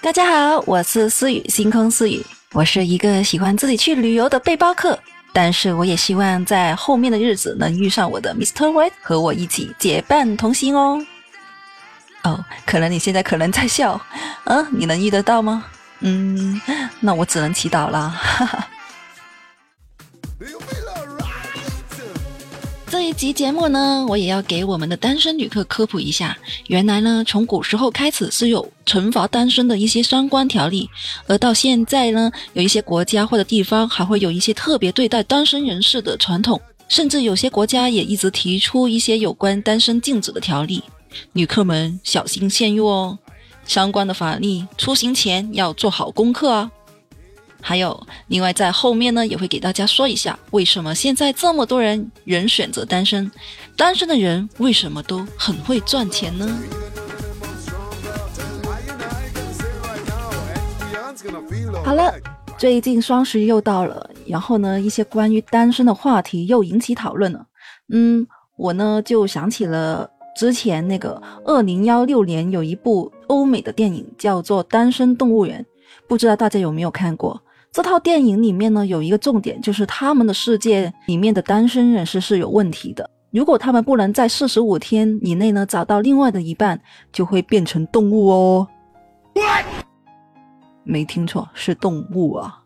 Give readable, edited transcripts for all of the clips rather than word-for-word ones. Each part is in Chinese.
大家好，我是思雨，星空思雨。我是一个喜欢自己去旅游的背包客，但是我也希望在后面的日子能遇上我的 Mr. White 和我一起结伴同行哦。可能你现在在笑，你能遇得到吗？那我只能祈祷啦。这一集节目呢，我也要给我们的单身旅客科普一下。原来呢，从古时候开始是有惩罚单身的一些相关条例，而到现在呢，有一些国家或者地方还会有一些特别对待单身人士的传统，甚至有些国家也一直提出一些有关单身禁止的条例。旅客们小心陷入哦，相关的法律出行前要做好功课啊。还有另外在后面呢也会给大家说一下为什么现在这么多人选择单身，单身的人为什么都很会赚钱呢？好了，最近双十一又到了，然后呢一些关于单身的话题又引起讨论了。我呢就想起了之前那个2016年有一部欧美的电影叫做《单身动物园》，不知道大家有没有看过。这套电影里面呢有一个重点，就是他们的世界里面的单身人士是有问题的，如果他们不能在45天以内呢找到另外的一半，就会变成动物哦。What? 没听错，是动物啊。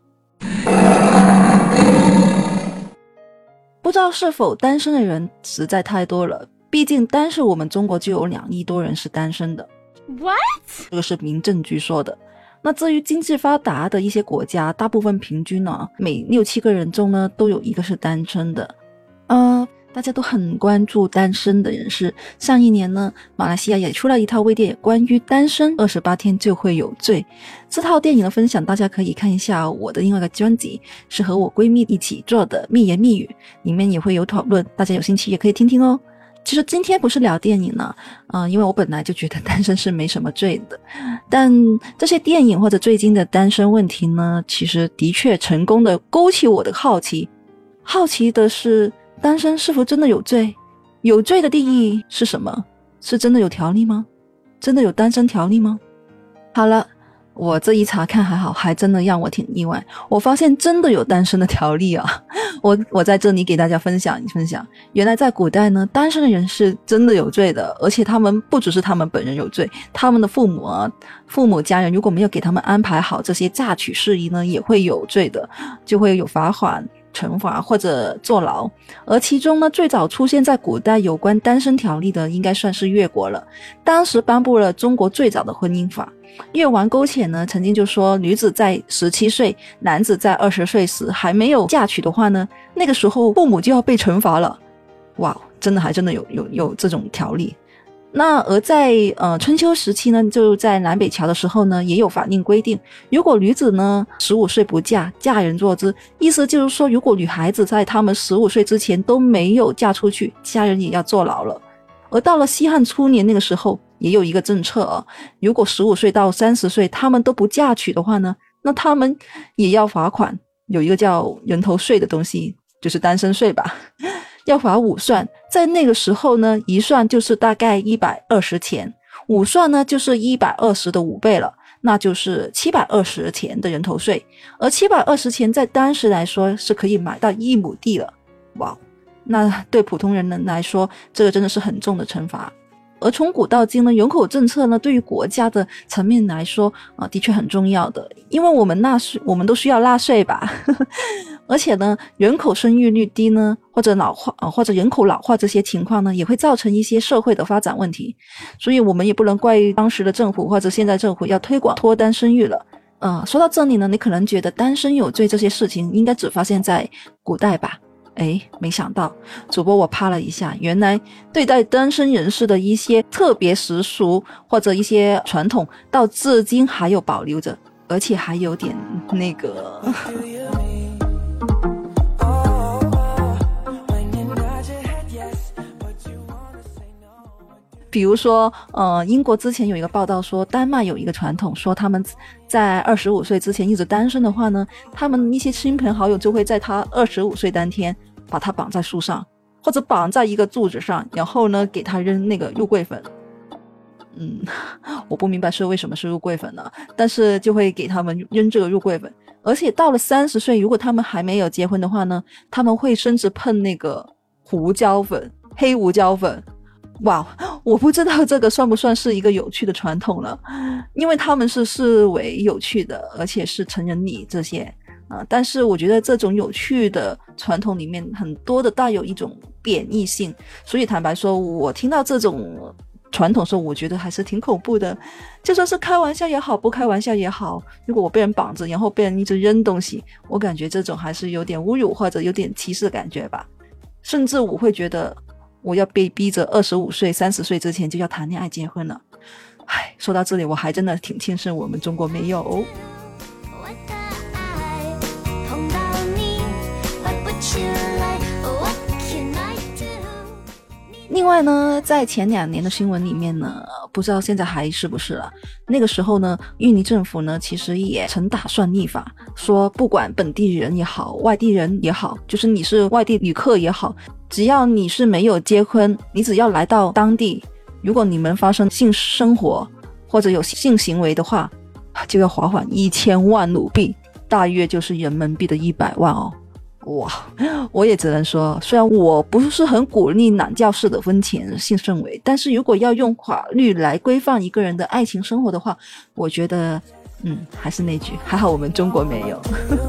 不知道是否单身的人实在太多了，毕竟单是我们中国就有2亿多人是单身的。 What? 这个是民政局说的。那至于经济发达的一些国家，大部分平均呢，每6-7个人中呢都有一个是单身的。大家都很关注单身的人士。上一年呢，马来西亚也出了一套微电影，关于单身28天就会有罪。这套电影的分享大家可以看一下我的另外一个专辑，是和我闺蜜一起做的蜜言蜜语，里面也会有讨论，大家有兴趣也可以听听哦。其实今天不是聊电影呢，因为我本来就觉得单身是没什么罪的，但这些电影或者最近的单身问题呢，其实的确成功的勾起我的好奇。好奇的是，单身是否真的有罪？有罪的定义是什么？是真的有条例吗？真的有单身条例吗？好了，我这一查看还好，还真的让我挺意外，我发现真的有单身的条例啊。我在这里给大家分享一分享，原来在古代呢，单身的人是真的有罪的，而且他们不只是他们本人有罪，他们的父母家人如果没有给他们安排好这些嫁娶事宜呢，也会有罪的，就会有罚款、惩罚或者坐牢。而其中呢，最早出现在古代有关单身条例的应该算是越国了，当时颁布了中国最早的婚姻法。越王勾践呢曾经就说，女子在17岁，男子在20岁时还没有嫁娶的话呢，那个时候父母就要被惩罚了。哇，真的有这种条例。那而在春秋时期呢，就在南北朝的时候呢，也有法令规定，如果女子呢15岁不嫁，嫁人作之，意思就是说，如果女孩子在她们15岁之前都没有嫁出去，家人也要坐牢了。而到了西汉初年那个时候，也有一个政策如果15岁到30岁他们都不嫁娶的话呢，那他们也要罚款，有一个叫人头税的东西，就是单身税吧，要罚5算。在那个时候呢，1算就是大概120钱，5算呢就是120的5倍了，那就是720钱的人头税。而720钱在当时来说是可以买到1亩地了。哇，那对普通人来说，这个真的是很重的惩罚。而从古到今呢，人口政策呢对于国家的层面来说的确很重要的，因为我们都需要纳税吧而且呢，人口生育率低呢，或者老化或者人口老化这些情况呢，也会造成一些社会的发展问题。所以我们也不能怪当时的政府或者现在政府要推广脱单生育了。说到这里呢，你可能觉得单身有罪这些事情应该只发现在古代吧。没想到主播我趴了一下，原来对待单身人士的一些特别习俗或者一些传统到至今还有保留着，而且还有点那个比如说英国之前有一个报道说，丹麦有一个传统，说他们在25岁之前一直单身的话呢，他们一些亲朋好友就会在他25岁当天把他绑在树上，或者绑在一个柱子上，然后呢给他扔那个肉桂粉。 我不明白是为什么是肉桂粉呢，但是就会给他们扔这个肉桂粉。而且到了30岁，如果他们还没有结婚的话呢，他们会甚至喷那个胡椒粉，黑胡椒粉。哇，我不知道这个算不算是一个有趣的传统了，因为他们是视为有趣的，而且是成人礼这些但是我觉得这种有趣的传统里面很多的带有一种贬义性，所以坦白说我听到这种传统时候我觉得还是挺恐怖的，就算是开玩笑也好，不开玩笑也好，如果我被人绑着然后被人一直扔东西，我感觉这种还是有点侮辱或者有点歧视的感觉吧。甚至我会觉得我要被逼着25岁30岁之前就要谈恋爱结婚了。唉，说到这里我还真的挺庆幸我们中国没有。另外呢，在前2年的新闻里面呢，不知道现在还是不是了，那个时候呢，印尼政府呢其实也曾打算立法，说不管本地人也好，外地人也好，就是你是外地旅客也好，只要你是没有结婚，你只要来到当地，如果你们发生性生活或者有性行为的话，就要罚款1000万卢币，大约就是人民币的100万哦。哇，我也只能说，虽然我不是很鼓励懒觉式的婚前性行为，但是如果要用法律来规范一个人的爱情生活的话，我觉得还是那句，还好我们中国没有。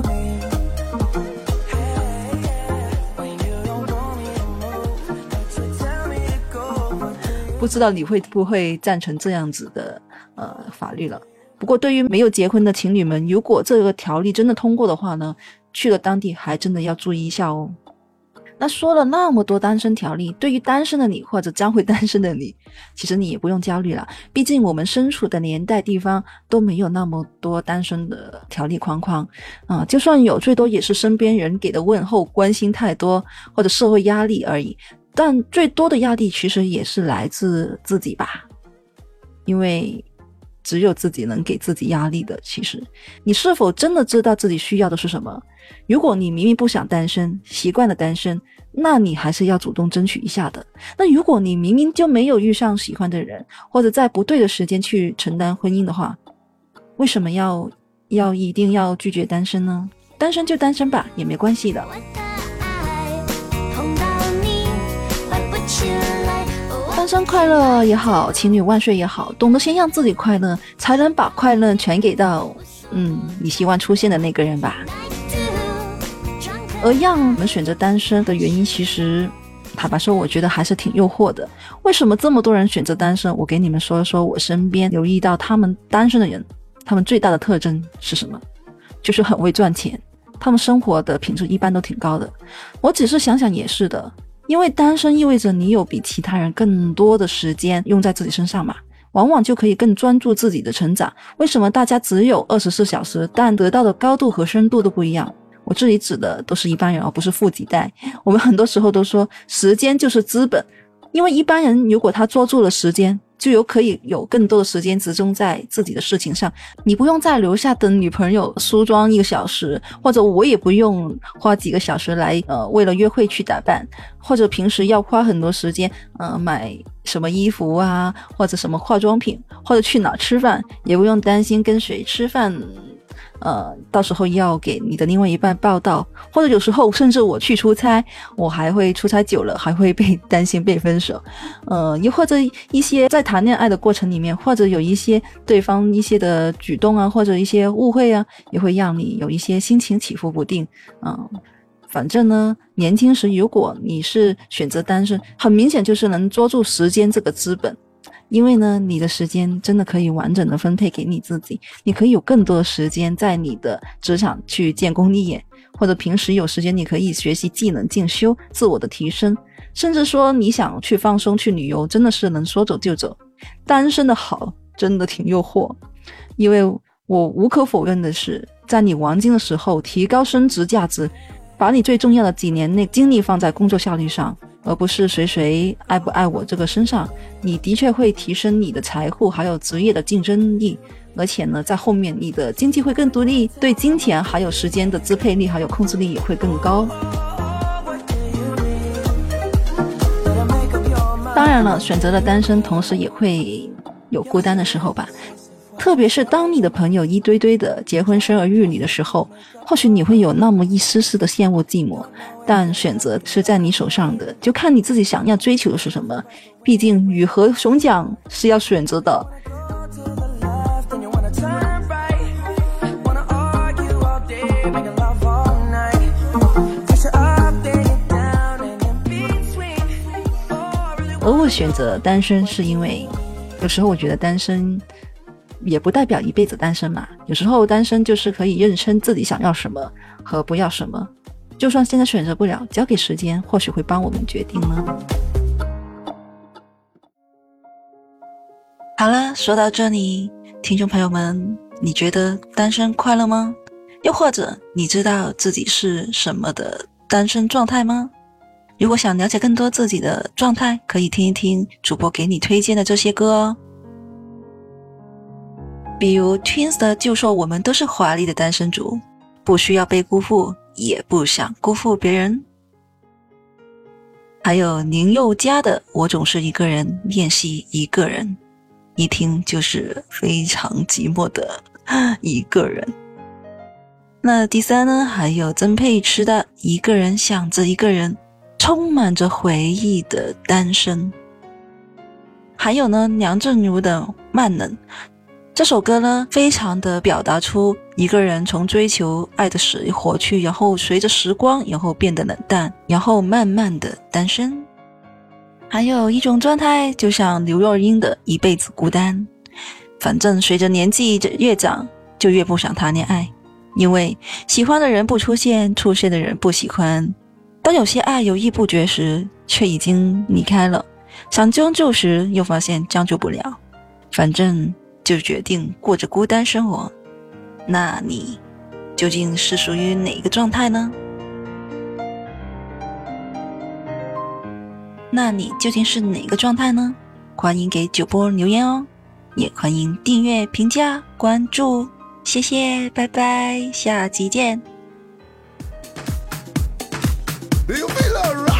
不知道你会不会赞成这样子的法律了。不过对于没有结婚的情侣们，如果这个条例真的通过的话呢，去了当地还真的要注意一下哦。那说了那么多单身条例，对于单身的你或者将会单身的你，其实你也不用焦虑了，毕竟我们身处的年代地方都没有那么多单身的条例框框就算有，最多也是身边人给的问候关心太多，或者社会压力而已，但最多的压力其实也是来自自己吧，因为只有自己能给自己压力的。其实你是否真的知道自己需要的是什么？如果你明明不想单身，习惯了单身，那你还是要主动争取一下的。那如果你明明就没有遇上喜欢的人，或者在不对的时间去承担婚姻的话，为什么要一定要拒绝单身呢？单身就单身吧，也没关系的。单身快乐也好，情侣万岁也好，懂得先让自己快乐，才能把快乐传给到你希望出现的那个人吧。而让我们选择单身的原因，其实坦白说我觉得还是挺诱惑的。为什么这么多人选择单身？我给你们说一说我身边留意到他们单身的人，他们最大的特征是什么？就是很会赚钱，他们生活的品质一般都挺高的。我只是想想也是的，因为单身意味着你有比其他人更多的时间用在自己身上嘛，往往就可以更专注自己的成长。为什么大家只有24小时，但得到的高度和深度都不一样？我这里指的都是一般人，而不是富几代。我们很多时候都说时间就是资本，因为一般人如果他抓住了时间，就可以有更多的时间集中在自己的事情上。你不用再留下等女朋友梳妆1个小时，或者我也不用花几个小时来为了约会去打扮，或者平时要花很多时间买什么衣服啊，或者什么化妆品，或者去哪吃饭，也不用担心跟谁吃饭到时候要给你的另外一半报道，或者有时候甚至我去出差，我还会出差久了还会被担心被分手又或者一些在谈恋爱的过程里面，或者有一些对方一些的举动啊，或者一些误会啊，也会让你有一些心情起伏不定反正呢，年轻时如果你是选择单身，很明显就是能捉住时间这个资本。因为呢，你的时间真的可以完整的分配给你自己，你可以有更多的时间在你的职场去建功立业，或者平时有时间你可以学习技能进修，自我的提升，甚至说你想去放松去旅游，真的是能说走就走。单身的好真的挺诱惑，因为我无可否认的是，在你黄金的时候提高升职价值，把你最重要的几年内精力放在工作效率上，而不是谁爱不爱我这个身上，你的确会提升你的财富还有职业的竞争力，而且呢，在后面你的经济会更独立，对金钱还有时间的支配力还有控制力也会更高。当然了，选择了单身同时也会有孤单的时候吧。特别是当你的朋友一堆堆的结婚生儿育女的时候，或许你会有那么一丝丝的羡慕寂寞，但选择是在你手上的，就看你自己想要追求的是什么。毕竟鱼和熊掌是要选择的。而我选择单身是因为有时候我觉得单身也不代表一辈子单身嘛，有时候单身就是可以认清自己想要什么和不要什么，就算现在选择不了，交给时间或许会帮我们决定呢。好了，说到这里，听众朋友们，你觉得单身快乐吗？又或者你知道自己是什么的单身状态吗？如果想了解更多自己的状态，可以听一听主播给你推荐的这些歌哦。比如 Twins 的就说我们都是华丽的单身族，不需要被辜负，也不想辜负别人。还有林宥嘉的我总是一个人练习一个人，一听就是非常寂寞的一个人。那第三呢，还有曾沛慈的一个人想着一个人，充满着回忆的单身。还有呢，梁静茹的慢冷，这首歌呢非常的表达出一个人从追求爱的死活去，然后随着时光然后变得冷淡，然后慢慢的单身。还有一种状态就像刘若英的一辈子孤单，反正随着年纪越长就越不想谈恋爱，因为喜欢的人不出现，出现的人不喜欢，当有些爱犹豫不决时却已经离开了，想将就时又发现将就不了，反正就决定过着孤单生活。那你究竟是属于哪个状态呢？欢迎给九波留言哦，也欢迎订阅、评价、关注，谢谢，拜拜，下集见。Do you feel alright?